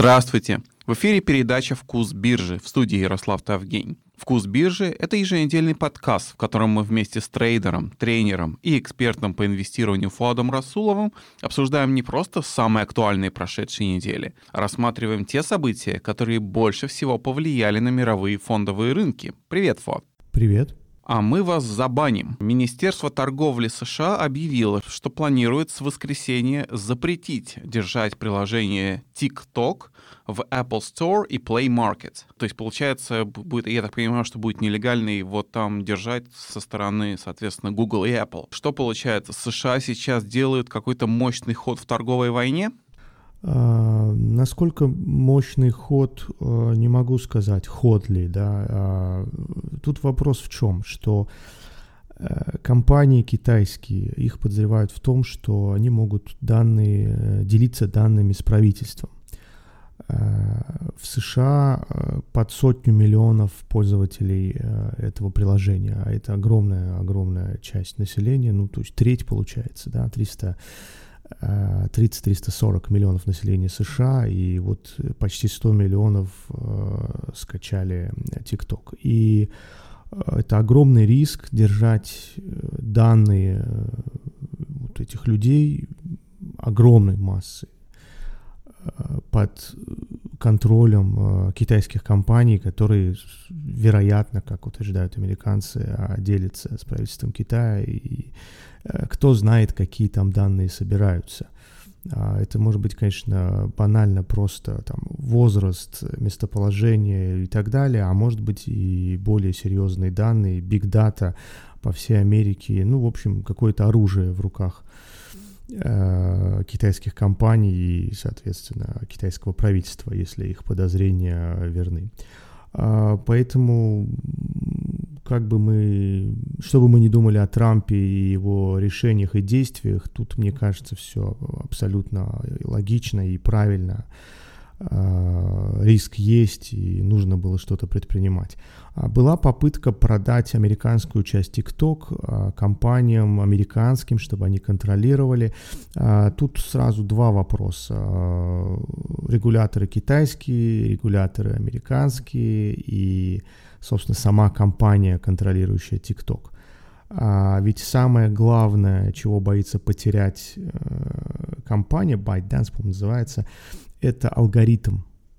Здравствуйте! В эфире передача «Вкус биржи», в студии Ярослав Тавгень. «Вкус биржи» — это еженедельный подкаст, в котором мы вместе с трейдером, тренером и экспертом по инвестированию Фуадом Расуловым обсуждаем не просто самые актуальные прошедшие недели, а рассматриваем те события, которые больше всего повлияли на мировые фондовые рынки. Привет, Фуад! Привет! А мы вас забаним. Министерство торговли США объявило, что планирует с воскресенья запретить держать приложение TikTok в Apple Store и Play Market. То есть, получается, будет, я так понимаю, что будет нелегально его там держать со стороны, соответственно, Google и Apple. Что получается? США сейчас делают какой-то мощный ход в торговой войне? Насколько мощный ход, не могу сказать, ход ли, да. Тут вопрос в чем, что компании китайские, их подозревают в том, что они могут делиться данными с правительством. В США под 100 миллионов пользователей этого приложения, а это огромная часть населения, ну, то есть треть получается, да, 330-340 миллионов населения США, и вот почти 100 миллионов скачали TikTok. И это огромный риск держать данные вот этих людей, огромной массы, под контролем китайских компаний, которые, вероятно, как утверждают американцы, делятся с правительством Китая, и кто знает, какие там данные собираются. Это может быть, конечно, банально просто там возраст, местоположение и так далее, а может быть и более серьезные данные, big data по всей Америке, ну, в общем, какое-то оружие в руках китайских компаний и, соответственно, китайского правительства, если их подозрения верны. Поэтому, что бы мы ни думали о Трампе и его решениях и действиях, тут, мне кажется, все абсолютно логично и правильно. Риск есть, и нужно было что-то предпринимать. Была попытка продать американскую часть TikTok компаниям американским, чтобы они контролировали. Тут сразу два вопроса. Регуляторы китайские, регуляторы американские и, собственно, сама компания, контролирующая TikTok. Ведь самое главное, чего боится потерять компания, ByteDance, по-моему, называется, это алгоритм,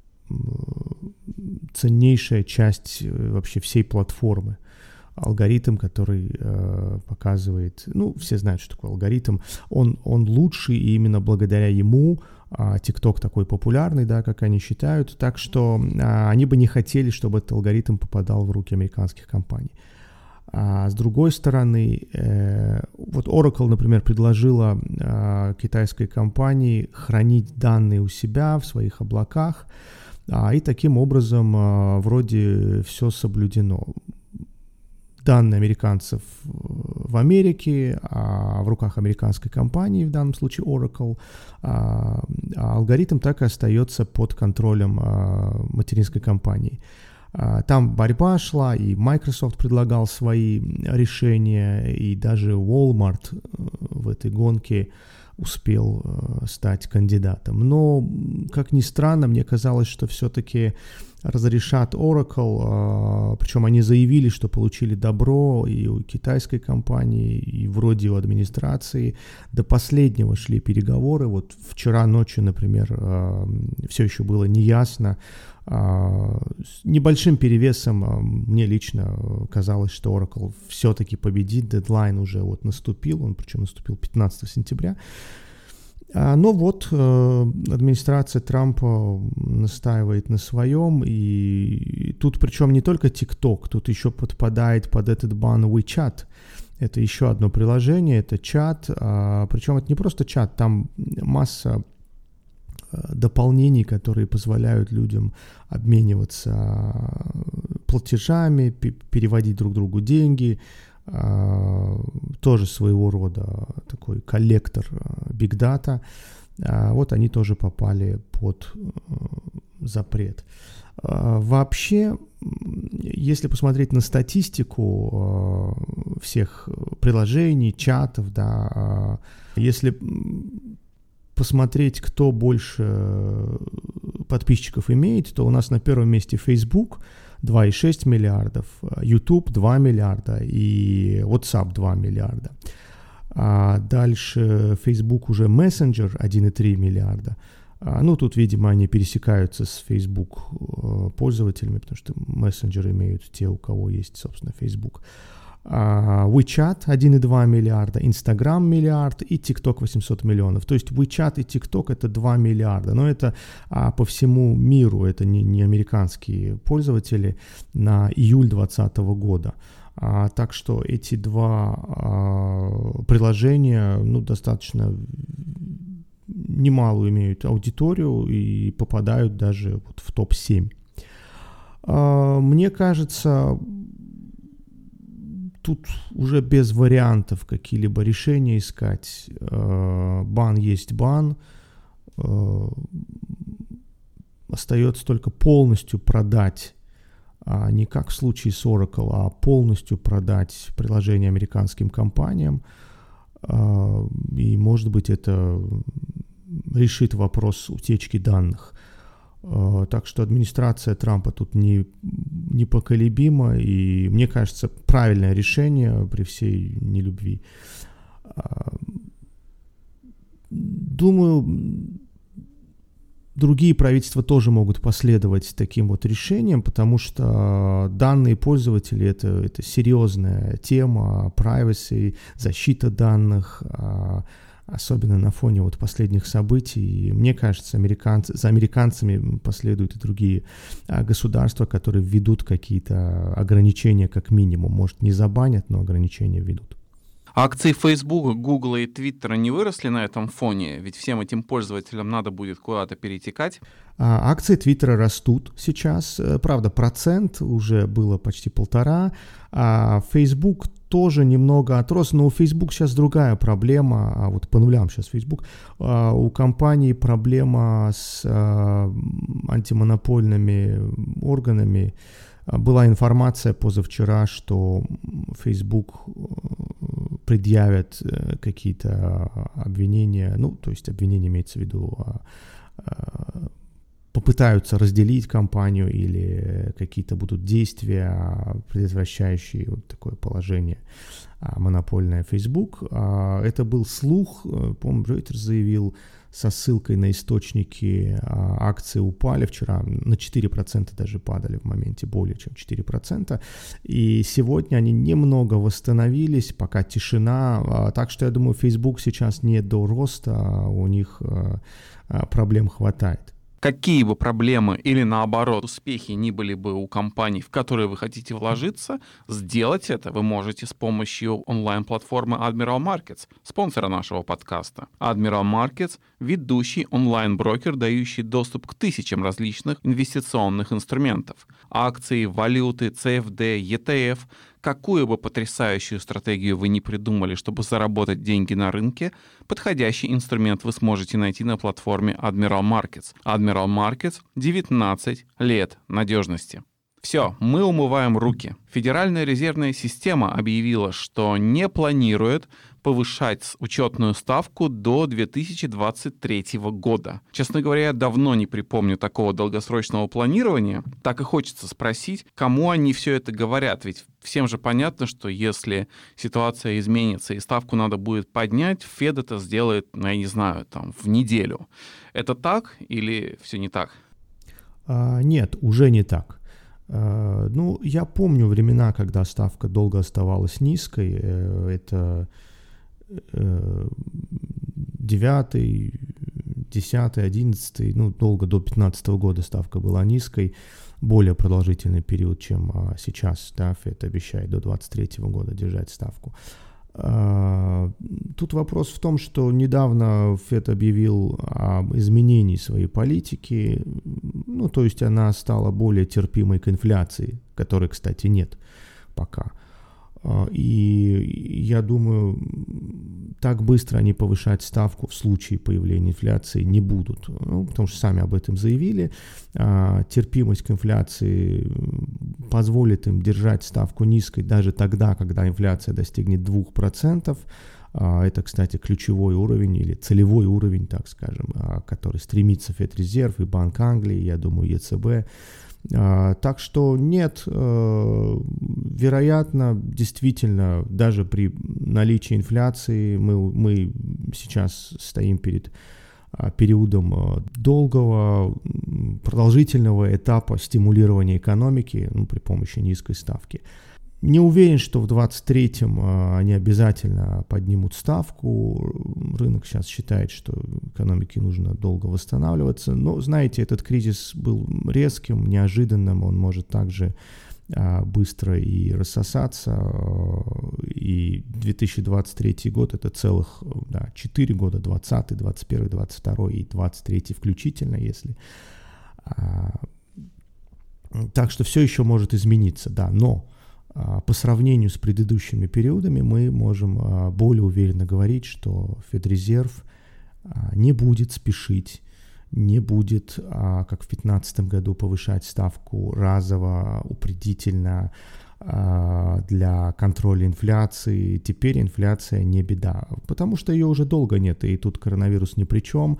ценнейшая часть вообще всей платформы. Алгоритм, который показывает, ну, все знают, что такое алгоритм, он лучший, и именно благодаря ему TikTok такой популярный, да, как они считают, так что они бы не хотели, чтобы этот алгоритм попадал в руки американских компаний. А с другой стороны, вот Oracle, например, предложила китайской компании хранить данные у себя в своих облаках, и таким образом вроде все соблюдено. Данные американцев в Америке, в руках американской компании, в данном случае Oracle, а алгоритм так и остается под контролем материнской компании. Там борьба шла, и Microsoft предлагал свои решения, и даже Walmart в этой гонке успел стать кандидатом. Но, как ни странно, мне казалось, что все-таки разрешат Oracle, причем они заявили, что получили добро и у китайской компании, и вроде у администрации. До последнего шли переговоры. Вот вчера ночью, например, все еще было неясно. С небольшим перевесом мне лично казалось, что Oracle все-таки победит. Дедлайн уже вот наступил, он причем наступил 15 сентября. Но вот администрация Трампа настаивает на своем, и тут причем не только TikTok, тут еще подпадает под этот бан WeChat. Это еще одно приложение, это чат, причем это не просто чат, там масса дополнений, которые позволяют людям обмениваться платежами, переводить друг другу деньги, тоже своего рода такой коллектор Big Data. Вот они тоже попали под запрет. Вообще, если посмотреть на статистику всех приложений, чатов, да, если посмотреть, кто больше подписчиков имеет, то у нас на первом месте Facebook 2,6 миллиардов, YouTube 2 миллиарда и WhatsApp 2 миллиарда. А дальше Facebook уже Messenger 1,3 миллиарда. Ну, тут, видимо, они пересекаются с Facebook пользователями, потому что Messenger имеют те, у кого есть, собственно, Facebook. WeChat 1,2 миллиарда, Instagram миллиард и TikTok 800 миллионов. То есть WeChat и TikTok это 2 миллиарда. Но это по всему миру, это не американские пользователи на июль 2020 года. Так что эти два приложения достаточно немалую имеют аудиторию и попадают даже вот в топ-7. Мне кажется, тут уже без вариантов какие-либо решения искать. Бан есть бан. Остается только полностью продать, не как в случае с Oracle, а полностью продать приложение американским компаниям. И, может быть, это решит вопрос утечки данных. Так что администрация Трампа тут непоколебима, и, мне кажется, правильное решение при всей нелюбви. Думаю, другие правительства тоже могут последовать таким вот решениям, потому что данные пользователей это серьезная тема, privacy, защита данных, особенно на фоне вот последних событий. И мне кажется, за американцами последуют и другие государства, которые введут какие-то ограничения как минимум. Может, не забанят, но ограничения введут. Акции Facebook, Google и Twitter не выросли на этом фоне? Ведь всем этим пользователям надо будет куда-то перетекать. Акции Twitter растут сейчас. Правда, процент уже было почти 1,5. Facebook тоже немного отрос, но у Facebook сейчас другая проблема. Вот по нулям сейчас Facebook. У компании проблема с антимонопольными органами. Была информация позавчера, что Facebook предъявят какие-то обвинения, то есть обвинения имеется в виду, попытаются разделить компанию или какие-то будут действия, предотвращающие вот такое положение монопольное Facebook. Это был слух, по-моему, Reuters заявил, со ссылкой на источники. Акции упали вчера, на 4% даже падали в моменте, более чем 4%. И сегодня они немного восстановились, пока тишина. Так что я думаю, Facebook сейчас не до роста, у них проблем хватает. Какие бы проблемы или, наоборот, успехи ни были бы у компаний, в которые вы хотите вложиться, сделать это вы можете с помощью онлайн-платформы Admiral Markets, спонсора нашего подкаста. Admiral Markets — ведущий онлайн-брокер, дающий доступ к тысячам различных инвестиционных инструментов. Акции, валюты, CFD, ETF — какую бы потрясающую стратегию вы ни придумали, чтобы заработать деньги на рынке, подходящий инструмент вы сможете найти на платформе Admiral Markets. Admiral Markets — 19 лет надежности. Все, мы умываем руки. Федеральная резервная система объявила, что не планирует повышать учетную ставку до 2023 года. Честно говоря, я давно не припомню такого долгосрочного планирования. Так и хочется спросить, кому они все это говорят. Ведь всем же понятно, что если ситуация изменится и ставку надо будет поднять, Фед это сделает, я не знаю, в неделю. Это так или все не так? Нет, уже не так. Я помню времена, когда ставка долго оставалась низкой. Это 9, 10, 11, долго до 2015 года ставка была низкой. Более продолжительный период, чем сейчас. Да, Фед обещает до 2023 года держать ставку. Тут вопрос в том, что недавно Фед объявил об изменении своей политики, то есть она стала более терпимой к инфляции, которой, кстати, нет пока. И я думаю, так быстро они повышать ставку в случае появления инфляции не будут, потому что сами об этом заявили. Терпимость к инфляции позволит им держать ставку низкой даже тогда, когда инфляция достигнет 2%. Это, кстати, ключевой уровень или целевой уровень, так скажем, который стремится Федрезерв и Банк Англии, я думаю, ЕЦБ. Так что нет, вероятно, действительно, даже при наличии инфляции мы сейчас стоим перед периодом долгого, продолжительного этапа стимулирования экономики при помощи низкой ставки. Не уверен, что в 2023 они обязательно поднимут ставку. Рынок сейчас считает, что экономике нужно долго восстанавливаться. Но, знаете, этот кризис был резким, неожиданным. Он может также быстро и рассосаться. И 2023 год — это целых 4 года, 20, 21, 22 и 23 включительно, если... Так что все еще может измениться, да, но... По сравнению с предыдущими периодами мы можем более уверенно говорить, что Федрезерв не будет спешить, не будет, как в 2015 году, повышать ставку разово, упредительно для контроля инфляции. Теперь инфляция не беда, потому что ее уже долго нет, и тут коронавирус ни при чем.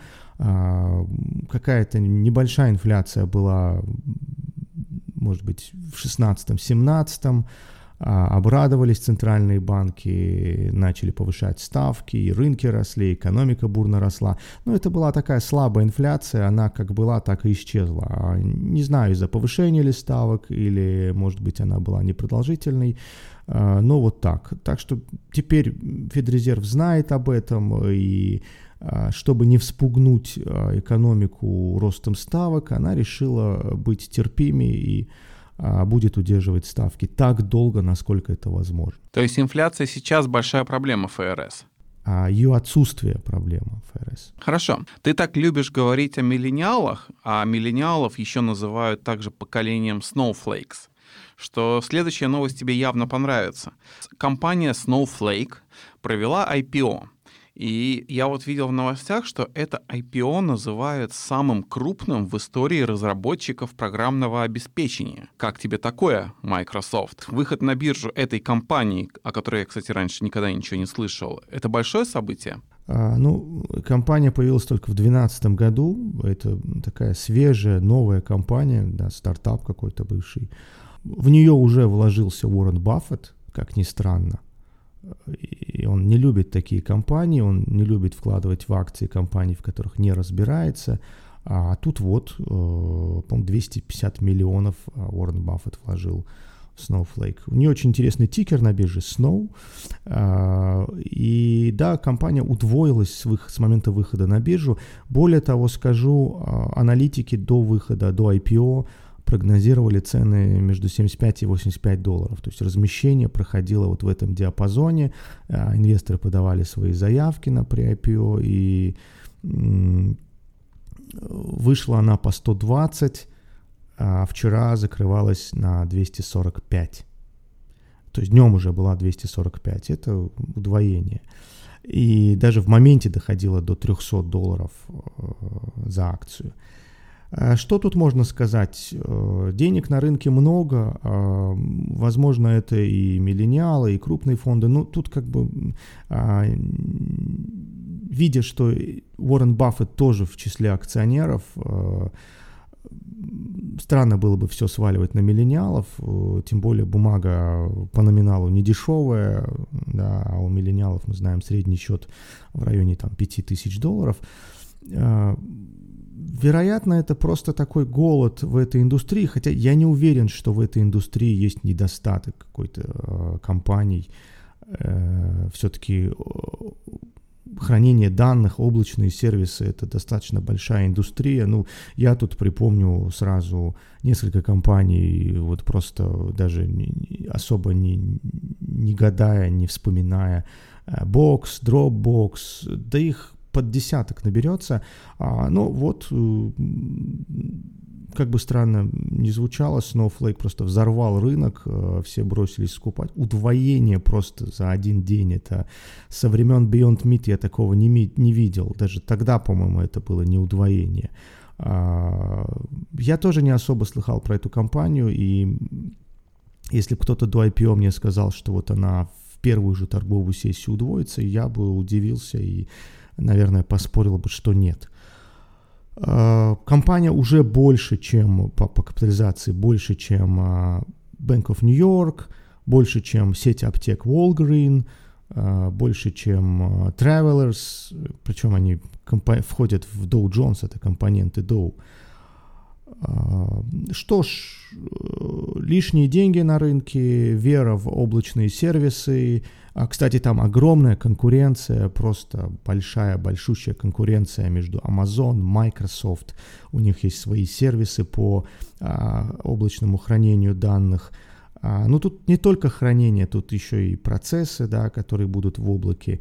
Какая-то небольшая инфляция была, может быть, в 16-17, обрадовались центральные банки, начали повышать ставки, и рынки росли, экономика бурно росла. Но это была такая слабая инфляция, она как была, так и исчезла. Не знаю, из-за повышения ли ставок, или, может быть, она была непродолжительной, но вот так. Так что теперь Федрезерв знает об этом, и чтобы не вспугнуть экономику ростом ставок, она решила быть терпимей и будет удерживать ставки так долго, насколько это возможно. То есть инфляция сейчас большая проблема ФРС? Ее отсутствие проблема ФРС. Хорошо. Ты так любишь говорить о миллениалах, а миллениалов еще называют также поколением Snowflakes, что следующая новость тебе явно понравится. Компания Snowflake провела IPO. И я вот видел в новостях, что это IPO называют самым крупным в истории разработчиков программного обеспечения. Как тебе такое, Microsoft? Выход на биржу этой компании, о которой я, кстати, раньше никогда ничего не слышал, это большое событие? Компания появилась только в 2012 году. Это такая свежая, новая компания, да, стартап какой-то бывший. В нее уже вложился Уоррен Баффет, как ни странно. И он не любит такие компании, он не любит вкладывать в акции компаний, в которых не разбирается. А тут вот, по-моему, 250 миллионов Уоррен Баффет вложил в Snowflake. У нее очень интересный тикер на бирже Snow. И да, компания удвоилась с момента выхода на биржу. Более того, скажу, аналитики до выхода, до IPO прогнозировали цены между 75 и 85 долларов. То есть размещение проходило вот в этом диапазоне. Инвесторы подавали свои заявки на pre-IPO, и вышла она по 120, а вчера закрывалась на 245. То есть днем уже была 245. Это удвоение. И даже в моменте доходило до 300 долларов за акцию. Что тут можно сказать? Денег на рынке много, возможно, это и миллениалы, и крупные фонды, но тут как бы, видя, что Уоррен Баффет тоже в числе акционеров, странно было бы все сваливать на миллениалов, тем более бумага по номиналу не дешевая, да, а у миллениалов, мы знаем, средний счет в районе там, 5000 долларов. Вероятно, это просто такой голод в этой индустрии, хотя я не уверен, что в этой индустрии есть недостаток какой-то компаний. Все-таки хранение данных, облачные сервисы — это достаточно большая индустрия. Ну, я тут припомню сразу несколько компаний, вот просто даже особо не гадая, не вспоминая. Box, Dropbox, да их под десяток наберется. Ну вот, как бы странно ни звучало, Snowflake просто взорвал рынок, все бросились скупать. Удвоение просто за один день. Это со времен Beyond Meat я такого не видел. Даже тогда, по-моему, это было не удвоение. Я тоже не особо слыхал про эту компанию, и если бы кто-то до IPO мне сказал, что вот она первую же торговую сессию удвоится, я бы удивился и, наверное, поспорил бы, что нет. Компания уже больше, чем по капитализации, больше, чем Bank of New York, больше, чем сеть аптек Walgreens, больше, чем Travelers, причем они входят в Dow Jones, это компоненты Dow. Что ж, лишние деньги на рынке, вера в облачные сервисы. Кстати, там огромная конкуренция, просто большущая конкуренция между Amazon, Microsoft. У них есть свои сервисы по облачному хранению данных. Но тут не только хранение, тут еще и процессы, да, которые будут в облаке.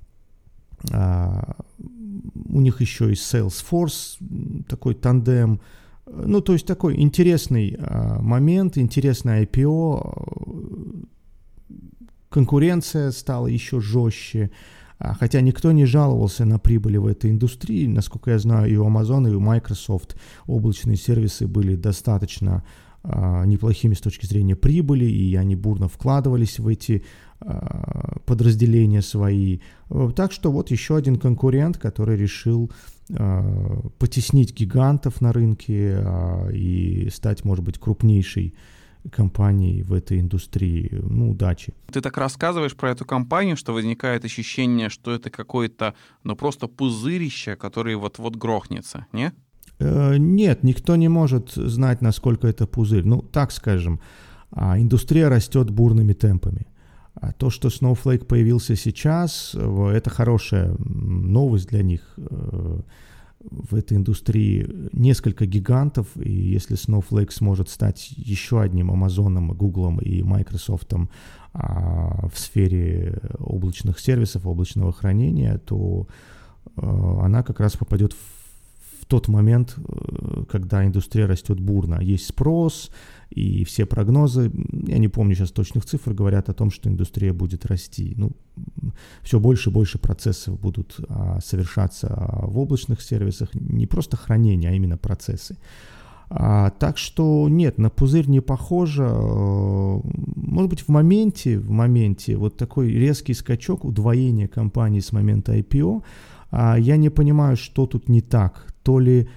У них еще и Salesforce, такой тандем. Ну, то есть такой интересный момент, интересное IPO. Конкуренция стала еще жестче. Хотя никто не жаловался на прибыли в этой индустрии. Насколько я знаю, и у Amazon, и у Microsoft облачные сервисы были достаточно неплохими с точки зрения прибыли, и они бурно вкладывались в эти подразделения свои. Так что вот еще один конкурент, который решил потеснить гигантов на рынке и стать, может быть, крупнейшей компанией в этой индустрии. Ну, удачи. Ты так рассказываешь про эту компанию, что возникает ощущение, что это какое-то, ну, просто пузырище, которое вот-вот грохнется, не? Нет, никто не может знать, насколько это пузырь. Ну, так скажем, индустрия растет бурными темпами. А то, что Snowflake появился сейчас, это хорошая новость для них. В этой индустрии несколько гигантов, и если Snowflake сможет стать еще одним Amazon, Google и Microsoft в сфере облачных сервисов, облачного хранения, то она как раз попадет в тот момент, когда индустрия растет бурно. Есть спрос, и все прогнозы, я не помню сейчас точных цифр, говорят о том, что индустрия будет расти. Ну, все больше и больше процессов будут совершаться в облачных сервисах, не просто хранение, а именно процессы. Так что нет, на пузырь не похоже. Может быть, в моменте вот такой резкий скачок, удвоение компании с момента IPO, я не понимаю, что тут не так. То ли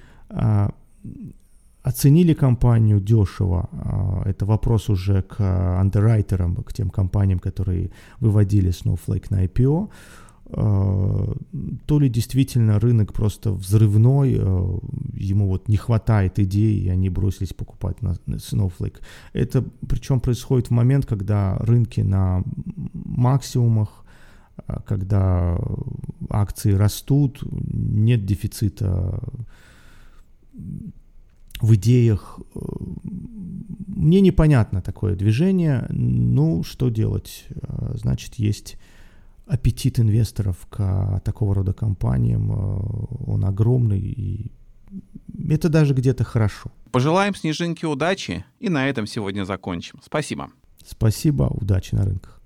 оценили компанию дешево, это вопрос уже к андеррайтерам, к тем компаниям, которые выводили Snowflake на IPO, то ли действительно рынок просто взрывной, ему вот не хватает идей, и они бросились покупать на Snowflake. Это причем происходит в момент, когда рынки на максимумах, когда акции растут, нет дефицита в идеях. Мне непонятно такое движение. Ну, что делать? Значит, есть аппетит инвесторов к такого рода компаниям. Он огромный, и это даже где-то хорошо. Пожелаем Снежинке удачи, и на этом сегодня закончим. Спасибо. Спасибо, удачи на рынках.